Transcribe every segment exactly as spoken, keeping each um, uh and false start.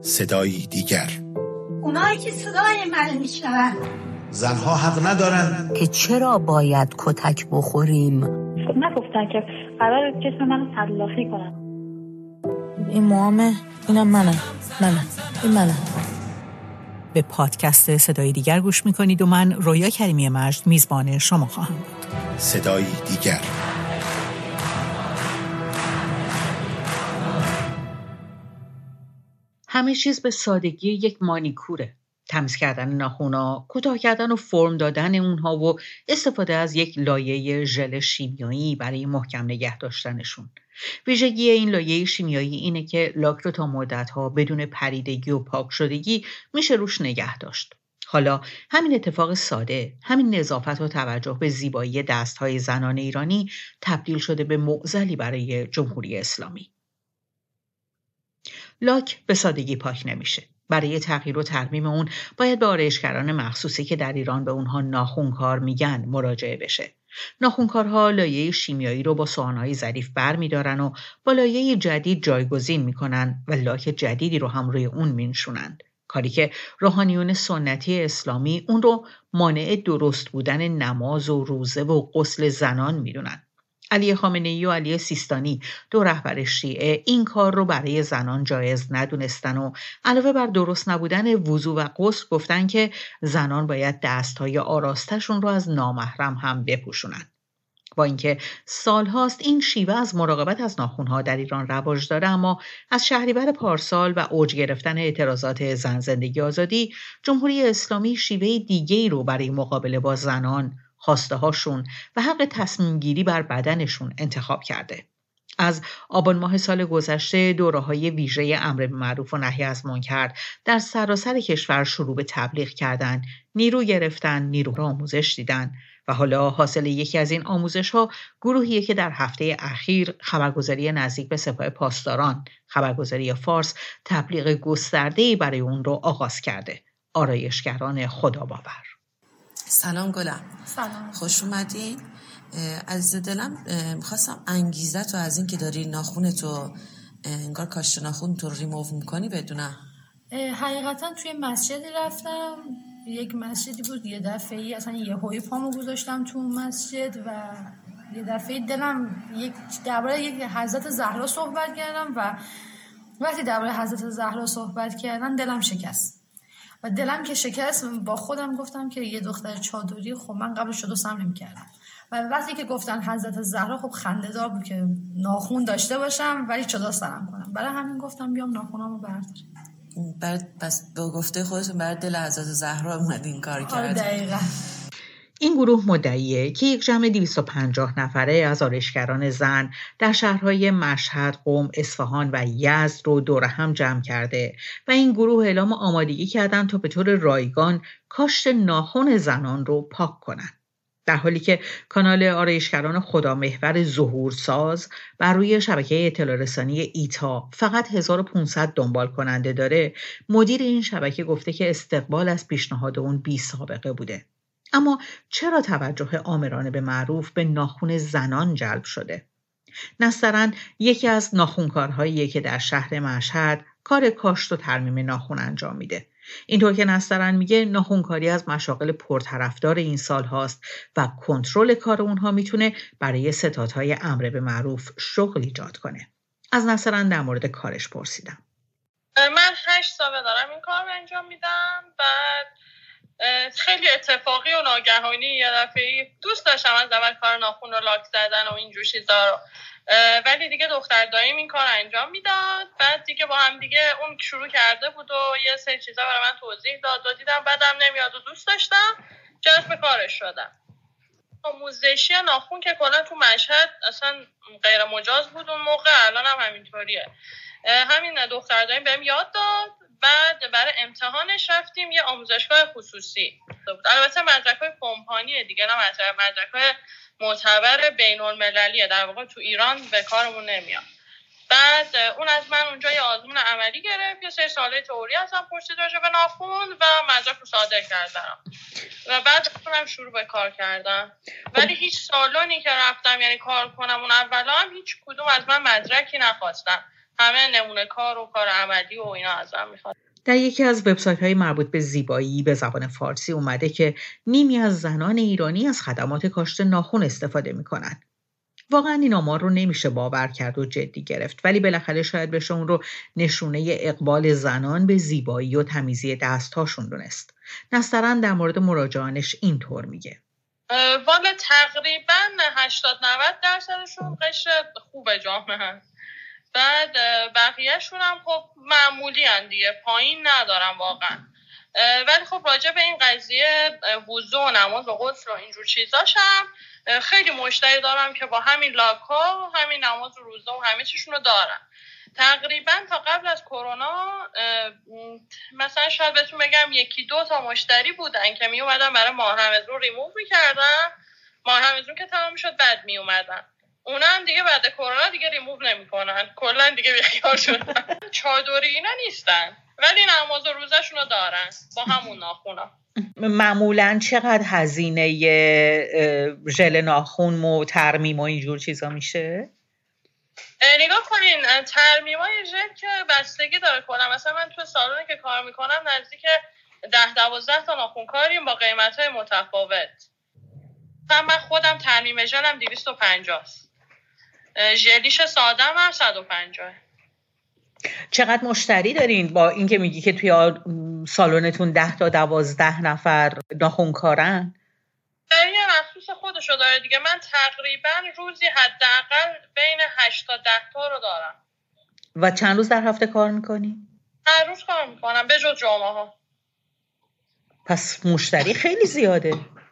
صدایی دیگر. اونایی که صدای من میشنون زنها حق ندارن که چرا باید کتک بخوریم. نگفتن که قرار جسم منو تلافی کنن. این موامه، اینم منم منم این منم. به پادکست صدای دیگر گوش میکنید و من رویا کریمی مجد میزبان شما خواهم بود. صدایی دیگر. همه چیز به سادگی یک مانیکوره. تمیز کردن ناخونا، کوتاه کردن و فرم دادن اونها و استفاده از یک لایه ژل شیمیایی برای محکم نگه داشتنشون. ویژگی این لایه شیمیایی اینه که لاک رو تا مدت‌ها بدون پریدگی و پاک شدگی میشه روش نگه داشت. حالا همین اتفاق ساده، همین نظافت و توجه به زیبایی دست‌های زنان ایرانی تبدیل شده به معضلی برای جمهوری اسلامی. لاک به سادگی پاک نمیشه. برای تغییر و ترمیم اون باید به آرایشگران مخصوصی که در ایران به اونها ناخونکار میگن مراجعه بشه. ناخونکارها لایه شیمیایی رو با سوهان‌های ظریف برمی‌دارن و با لایه جدید جایگزین میکنن و لاک جدیدی رو هم روی اون مینشونند. کاری که روحانیون سنتی اسلامی اون رو مانع درست بودن نماز و روزه و غسل زنان میدونن. علی خامنه‌ای و علی سیستانی، دو رهبر شیعه، این کار رو برای زنان جایز ندونستن و علاوه بر درست نبودن وضو و غسل گفتن که زنان باید دست‌های آراسته‌شون رو از نامحرم هم بپوشونن. با اینکه سالهاست این شیوه از مراقبت از ناخن‌ها در ایران رواج داره، اما از شهریور پارسال و اوج گرفتن اعتراضات زن زندگی آزادی، جمهوری اسلامی شیوه دیگه‌ای رو برای مقابله با زنان، خواسته هاشون و حق تصمیم گیری بر بدنشون انتخاب کرده. از آبان ماه سال گذشته دوره‌های ویژه امر به معروف و نهی از منکر در سراسر کشور شروع به تبلیغ کردن، نیرو گرفتن، نیرو را آموزش دیدن و حالا حاصل یکی از این آموزش‌ها گروهیه که در هفته اخیر خبرگزاری نزدیک به سپاه پاسداران، خبرگزاری فارس، تبلیغ گسترده‌ای برای اون رو آغاز کرده. آرایشگران خداباور. سلام گلم. سلام. خوش اومدین. عزیز دلم، میخواستم انگیزه تو از این که داری ناخونتو انگار کاشت ناخون تو ریموو میکنی بدونم. حقیقتا توی مسجدی رفتم، یک مسجدی بود، یه دفعه‌ای اصلا یه هوی پامو گذاشتم تو مسجد و یه دفعه دلم یک درباره یک حضرت زهرا صحبت کردم و وقتی درباره حضرت زهرا صحبت کردن دلم شکست. و دلم که شکست با خودم گفتم که یه دختر چادری، خب من قبلش شد و سم نمی کردم و وقتی که گفتن حضرت زهرا خب خنده دار بود که ناخون داشته باشم ولی چدا سرم کنم. برای همین گفتم بیام ناخونامو بردارم. بر پس با گفته خودتون بر دل حضرت زهرا اومد این کار کرد. دقیقاً. این گروه مدعیه که یک جمع دویست و پنجاه نفره از آرایشگران زن در شهرهای مشهد، قم، اصفهان و یزد رو دور هم جمع کرده و این گروه اعلام آمادگی کردن تا به طور رایگان کاشت ناخن زنان رو پاک کنن. در حالی که کانال آرایشگران خدامحور ظهورساز بر روی شبکه اطلاع رسانی ایتا فقط هزار و پانصد دنبال کننده داره، مدیر این شبکه گفته که استقبال از پیشنهاد اون بی سابقه بوده. اما چرا توجه آمرانه به معروف به ناخن زنان جلب شده؟ نسترن یکی از ناخونکارهاییه که در شهر مشهد کار کاشت و ترمیم ناخن انجام میده. اینطور که نسترن میگه ناخونکاری از مشاغل پرطرفدار این سال هاست و کنترل کار اونها میتونه برای ستادهای امر به معروف شغل ایجاد کنه. از نسترن در مورد کارش پرسیدم. من هشت ساله دارم این کار رو انجام میدم. بعد خیلی اتفاقی و ناگهانی یه دفعه دوست داشتم از اول کار ناخن رو لاک زدن و اینجور چیزا رو، ولی دیگه دختر داییم این کار انجام میداد. بعد دیگه با هم دیگه اون شروع کرده بود و یه سری چیزا برای من توضیح داد و دیدم بعدم نمیاد و دوست داشتم، جذب کارش شدم. آموزشی ناخن که کلا تو مشهد اصلا غیر مجاز بود اون موقع، الان هم همینطوریه. همین دختر داییم بهم یاد داد. بعد برای امتحانش رفتیم یه آموزشگاه خصوصی. البته مدرک‌های کمپانیه دیگه، نه مدرک‌های معتبر بین‌المللیه، در واقع تو ایران به کارمون نمیاد. بعد اون از من اونجا یه آزمون عملی گرفت، یه سه ساله تئوری ازم پرسید راجع به ناخن و مدرک رو صادر کردم و بعد اونم شروع به کار کردم. ولی هیچ سالونی که رفتم یعنی کار کنم اون اولا هم هیچ کدوم از من مدرکی نخواستم. همه نمونه کار و کار عملی و اینا ازم میخواد. در یکی از وبسایت‌های مربوط به زیبایی به زبان فارسی اومده که نیمی از زنان ایرانی از خدمات کاشت ناخن استفاده میکنن. واقعا این آمار رو نمیشه باور کرد و جدی گرفت، ولی بالاخره شاید بشه اون رو نشونه اقبال زنان به زیبایی و تمیزی دست‌هاشون دونست. نسترن در مورد مراجعانش اینطور میگه: والا تقریبا هشتاد نود درصدشون قشر خوب جامعه هست. بعد بقیهشون هم خب معمولی هن دیگه، پایین ندارم واقعا. ولی خب راجع به این قضیه وضو و نماز و غسل و اینجور چیزاش هم خیلی مشتری دارم که با همین لاک‌ها همین نماز و روزه و همه چیشون رو دارن. تقریبا تا قبل از کرونا مثلا شاید بهتون بگم یکی دو تا مشتری بودن که می اومدن برای ماه رمضان ریموو می‌کردن، ماه رمضان که تمام شد بعد می اومدن. اونا هم دیگه بعد کرونا دیگه ریموو نمی‌کنن، کلا دیگه بیخیال شدن. چادری اینا نیستن ولی نماز و روزه‌شون رو دارن با همون ناخونا. معمولاً چقدر هزینه ژل ناخن و ترمیم و اینجور چیزا میشه؟ نگاه کنین ترمیمای ژل که بستگی داره کنم. مثلا من تو سالونی که کار میکنم نزدیک ده دوازده تا ناخنکاریم با قیمت‌های متفاوت. من خودم ترمیم ژلم دویست و پنجاه است. ژلیش ساده‌م هم صد و پنجاه. چقدر مشتری دارین با اینکه میگی که توی سالنتون ده تا دوازده نفر ناخنکارن؟ دلیل مخصوص خودشو داره دیگه. من تقریبا روزی حداقل بین هشت تا ده تا رو دارم. و چند روز در هفته کار میکنی؟ هر روز کار میکنم به جز جمعه ها. پس مشتری خیلی زیاده.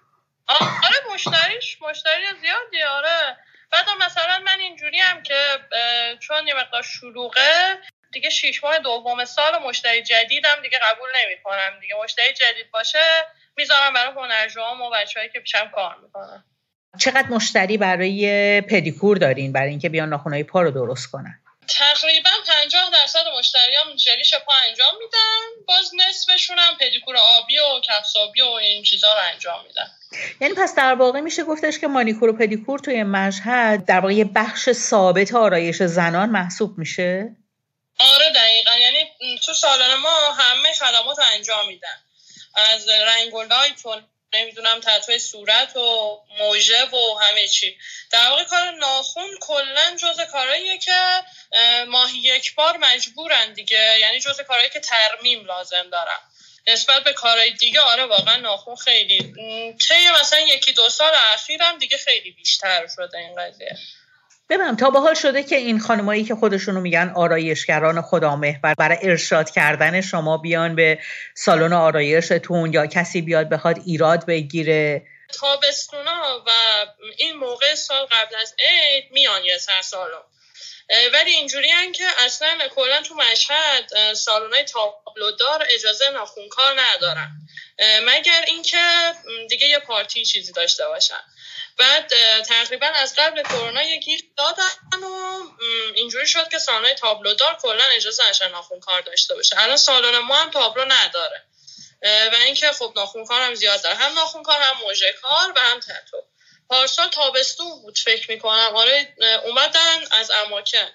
آره مشتریش مشتری زیادی. آره بعدم مثلا من اینجوری هم که چون یه مقدار شلوغه دیگه شیش ماه دوم سال مشتری جدیدم دیگه قبول نمی کنم دیگه. مشتری جدید باشه میذارم برای هنرجوام و بچه‌هایی که پیشم کار میکنن. چقدر مشتری برای پدیکور دارین برای اینکه بیان ناخن‌های پا رو درست کنن؟ تقریبا پنجاه درصد مشتریام ژلیش پا انجام میدن، باز نصفشون هم پدیکور آبی و کفسابی و این چیزا رو انجام میدن. یعنی پس در واقع میشه گفتش که مانیکور و پدیکور توی مشهد در واقع یه بخش ثابت آرایش زنان محسوب میشه؟ آره دقیقاً. یعنی تو سالن ما همه خدمات رو انجام میدن، از رنگ و لایت و نمیدونم تتوی صورت و موژه و همه چی. در واقع کار ناخن کلا جزء کارهاییه که ماهی یک بار مجبورن دیگه، یعنی جزء کارهایی که ترمیم لازم دارن. نسبت به کارهای دیگه آره واقعا ناخن خیلی طی مثلا یکی دو سال اخیرم دیگه خیلی بیشتر شده این قضیه. ببینم تا به حال شده که این خانمایی که خودشونو میگن آرایشگران خدامحور برای ارشاد کردن شما بیان به سالن آرایشتون یا کسی بیاد بخواد ایراد بگیره؟ تابستونا و این موقع سال قبل از عید میان یه سر سالن، ولی اینجوری هن که اصلا کلا تو مشهد سالن‌های تابلودار اجازه ناخنکار ندارن مگر اینکه دیگه یه پارتی چیزی داشته باشن. بعد تقریبا از قبل کرونا یه گیر دادن و اینجوری شد که سالن‌های تابلودار کلا اجازه نشن ناخنکار داشته باشه. الان سالن ما هم تابلو نداره و اینکه خب ناخنکار هم زیاد داره، هم ناخنکار هم موژه کار و هم تتو. پارسال تابستون بود فکر میکنم، آره اومدن از اماکن.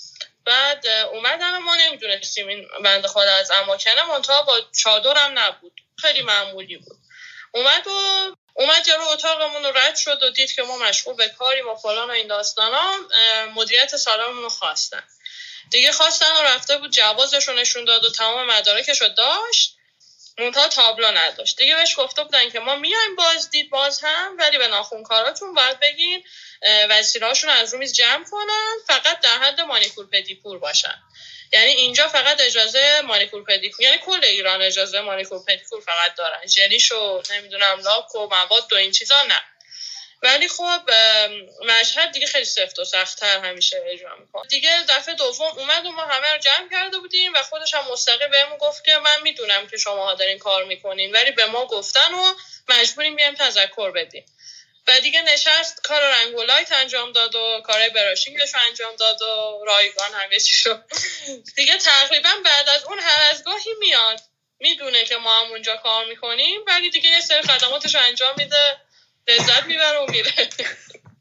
بعد اومدن ما نمیدونستیم این بنده خدا از اماکنه، منتها با چادرم نبود، خیلی معمولی بود. اومد و اومد یارو اتاقمون رو رد شد و دید که ما مشغول به کاریم و فلان و این داستانا. مدیریت سالنمون رو خواستن دیگه، خواستن و رفته بود جوازش رو نشون داد و تمام مدارکش رو داشت، منتها تابلو نداشت دیگه. بهش گفته بودن که ما میایم بازدید باز هم، ولی به ناخنکاراتون باید بگین وسیله‌هاشون از رو میز جمع کنن، فقط در حد مانیکور پدیکور باشن. یعنی اینجا فقط اجازه مانیکور پدیکور، یعنی کل ایران اجازه مانیکور پدیکور فقط دارن، ژلیشو نمیدونم لاک و مواد و این چیزا نه. ولی خب مشهد دیگه خیلی سفت و سخت‌تر همیشه اجرا میکنه دیگه. دفعه دوم اومد و ما همه رو جمع کرده بودیم و خودش هم مستقیم بهمون گفت که من میدونم که شماها دارین کار میکنین ولی به ما گفتن و مجبوریم بیایم تذکر بدیم. و دیگه نشست کار رنگ و لایت انجام داد و کارهای براشینگش انجام داد و رایگان همه چی شد دیگه. تقریبا بعد از اون هر از گاهی میاد، میدونه که ما هم اونجا کار میکنیم ولی دیگه یه سری خدماتش انجام میده، لذت میبره و میره.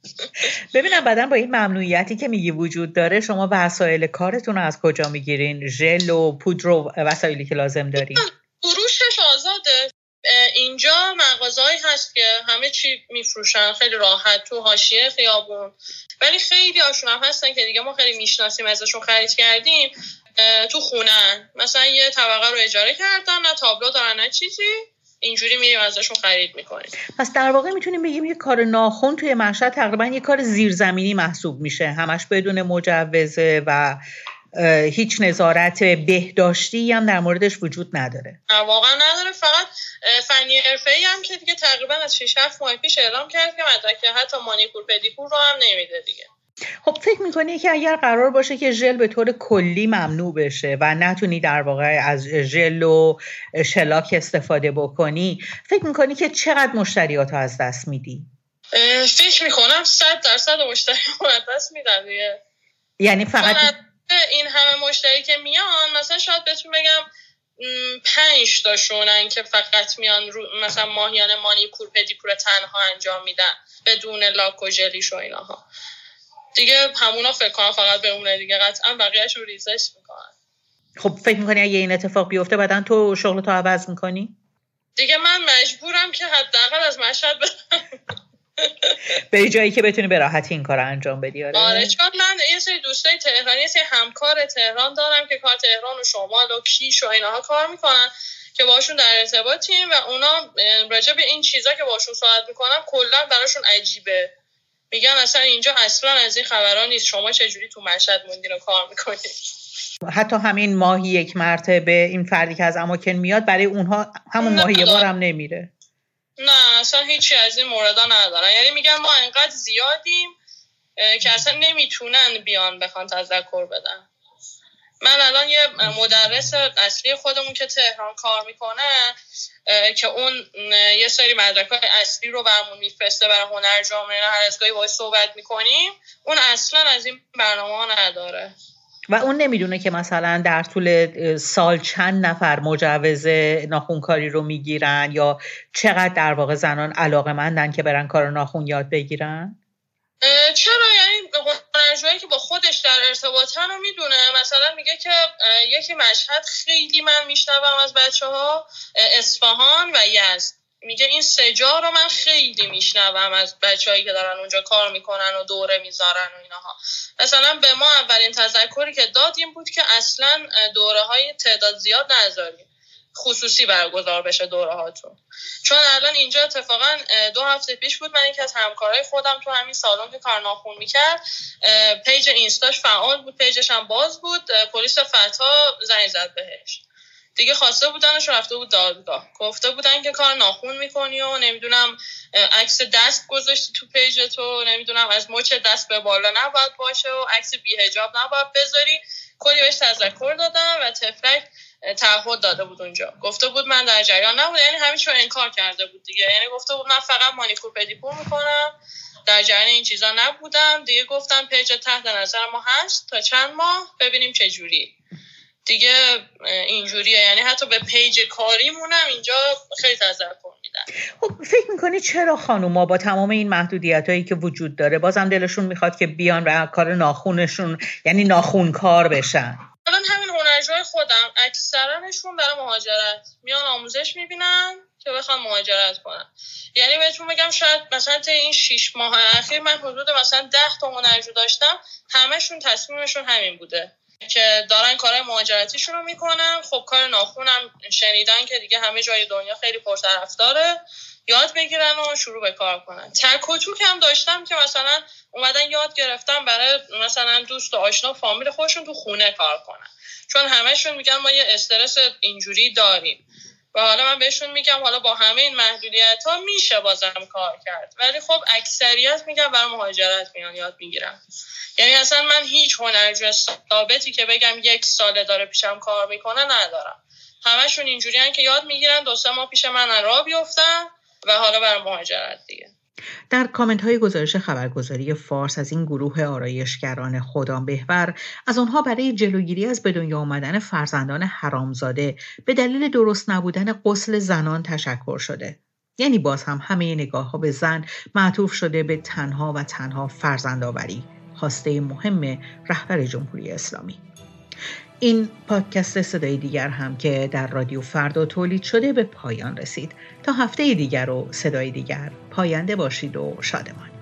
ببینم بعداً با این ممنوعیتی که میگی وجود داره، شما وسایل کارتون رو از کجا میگیرین؟ ژل و پودر و وسایلی که لازم دارین؟ فروشش آزاده. اینجا مغازه‌ای هست که همه چی میفروشن خیلی راحت تو حاشیه خیابون، ولی خیلی هاشون هم هستن که دیگه ما خیلی میشناسیم ازشون خرید کردیم، تو خونه مثلا یه طبقه رو اجاره کردن، نه تابلو دارن نه چیزی، اینجوری میریم ازشون خرید میکنیم. پس در واقع میتونیم بگیم یه کار ناخن توی مشهد تقریبا یه کار زیرزمینی محسوب میشه، همش بدون مجوزه و هیچ نظارت بهداشتی هم در موردش وجود نداره. واقعا نداره. فقط فنی حرفه‌ای هم که دیگه تقریبا از شش هفت ماه پیش اعلام کرد که مدرک حتی مانیکور پدیکور رو هم نمیده دیگه. خب فکر میکنی که اگر قرار باشه که ژل به طور کلی ممنوع بشه و نتونی در واقع از ژل و شلاک استفاده بکنی، فکر میکنی که چقدر مشتریاتو از دست میدی؟ فکر میکنم صد درصد مشتریاتو از دست میدم دیگه. یعنی فقط این همه مشتری که میان، مثلا شاید بهتون بگم پنج تاشونن که فقط میان رو مثلا ماهیانه مانیکور پدیکور تنها انجام میدن بدون لاک و ژلیش و ایناها. دیگه همونا فکر کنم فقط به اونه دیگه، قطعا بقیه‌اش رو ریزش میکنن. خب فکر میکنی اگه این اتفاق بیفته بعدن تو شغلتو عوض میکنی؟ دیگه من مجبورم که حداقل از مشهد برم به جایی که بتونی به راحتی این کار رو انجام بدی. آره آره، چون من یه سری دوستای تهرانی، یه سری همکار تهران دارم که کار تهران و شمال و کیش و ایناها کار میکنن که باشون در ارتباطیم و اونا راجع به این چیزا که باشون صحبت میکنم کلا براشون عجیبه. میگن اصلا اینجا اصلا از این خبران نیست، شما چجوری تو مشهد موندین و کار میکنید؟ حتی همین ماهی یک مرتبه این فردی که از اماکن میاد برای اونها همون ماهی یه بار هم نمیره؟ نه اصلا هیچی از این موردا ندارن. یعنی میگن ما انقدر زیادیم که اصلا نمیتونن بیان بخوان تذکر بدن. من الان یه مدرس اصلی خودمون که تهران کار میکنه که اون یه سری مدرک‌های اصلی رو برامون میفرسته برای هنر جامعه، هر از گاهی باهاش صحبت میکنیم، اون اصلا از این برنامه‌ها نداره و اون نمیدونه که مثلا در طول سال چند نفر مجوز ناخونکاری رو میگیرن یا چقدر در واقع زنان علاقه‌مندن که برن کار ناخون یاد بگیرن. چرا؟ یعنی هنرجویی که با خودش در ارتباطن رو میدونه. مثلا میگه که یکی مشهد خیلی من میشنوم از بچه ها، اصفهان و یزد، میگه این سه جا رو من خیلی میشنوم از بچه‌هایی که دارن اونجا کار میکنن و دوره میذارن و اینها. مثلا به ما اولین تذکری که داد این بود که اصلا دوره های تعداد زیاد نذاریم، خصوصی برگزار بشه دوره هاتون. چون الان اینجا اتفاقا دو هفته پیش بود، من یکی از همکارای خودم تو همین سالن که کار ناخون میکرد پیج اینستاش فعال بود، پیجش هم باز بود، پلیس فتا زنگ زد بهش دیگه، خواسته بودنش رفته بود دادگاه، گفته بودن که کار ناخون میکنی و نمیدونم عکس دست گذاشتی تو پیج تو، نمیدونم از مچ دست به بالا نباید باشه و عکس بی‌حجاب نباید بذاری. کلی بهش تذکر دادم و تفلک تعهد داده بود اونجا، گفته بود من در جریان نبودم، یعنی همیشه رو انکار کرده بود دیگه، یعنی گفته بود من فقط مانیکور پدیکور میکنم، در جریان این چیزا نبودم دیگه. گفتم پیج تحت نظر ما هست تا چند ماه ببینیم چه جوری دیگه اینجوریه. یعنی حتی به پیج کاریمونم اینجا خیلی تذکر میدن. خب فکر میکنی چرا خانوما با تمام این محدودیتایی که وجود داره بازم دلشون میخواد که بیان و کار ناخونشون یعنی ناخون کار بشن؟ الان همین هنرجوهای خودم اکثرانشون برای مهاجرت میان آموزش میبینن که بخوام مهاجرت کنن. یعنی بهتون بگم شاید مثلا تا این شش ماه اخیر من حدود مثلا ده تا هنرجو داشتم، همشون تصمیمشون همین بوده که دارن کارهای مهاجرتیشون رو میکنن. خب کار ناخونم شنیدن که دیگه همه جای دنیا خیلی پرطرفداره، یاد بگیرن و شروع به کار کنن. تک و توک هم داشتم که مثلا اومدن یاد گرفتن برای مثلا دوست و آشنا و فامیل خودشون تو خونه کار کنن، چون همهشون میگن ما یه استرس اینجوری داریم و حالا من بهشون میگم حالا با همه این محدودیت ها میشه بازم کار کرد، ولی خب اکثریت میگن برای مهاجرت میان یاد میگیرن. یعنی اصلا من هیچ هنرجو ثابتی که بگم یک ساله داره پیشم کار میکنه ندارم، همشون اینجوریان که یاد میگیرن، دو سه ماه پیش من راه بیفتن و حالا برای مهاجرت دیگه. در کامنت های گزارش خبرگزاری فارس از این گروه آرایشگران خدام بهور، از آنها برای جلوگیری از به دنیا آمدن فرزندان حرامزاده به دلیل درست نبودن غسل زنان تشکر شده. یعنی باز هم همه نگاه ها به زن معطوف شده به تنها و تنها فرزندآوری، خواسته مهم رهبر جمهوری اسلامی. این پادکست صدای دیگر هم که در رادیو فردا تولید شده به پایان رسید. تا هفته دیگر و صدای دیگر، پاینده باشید و شادمان.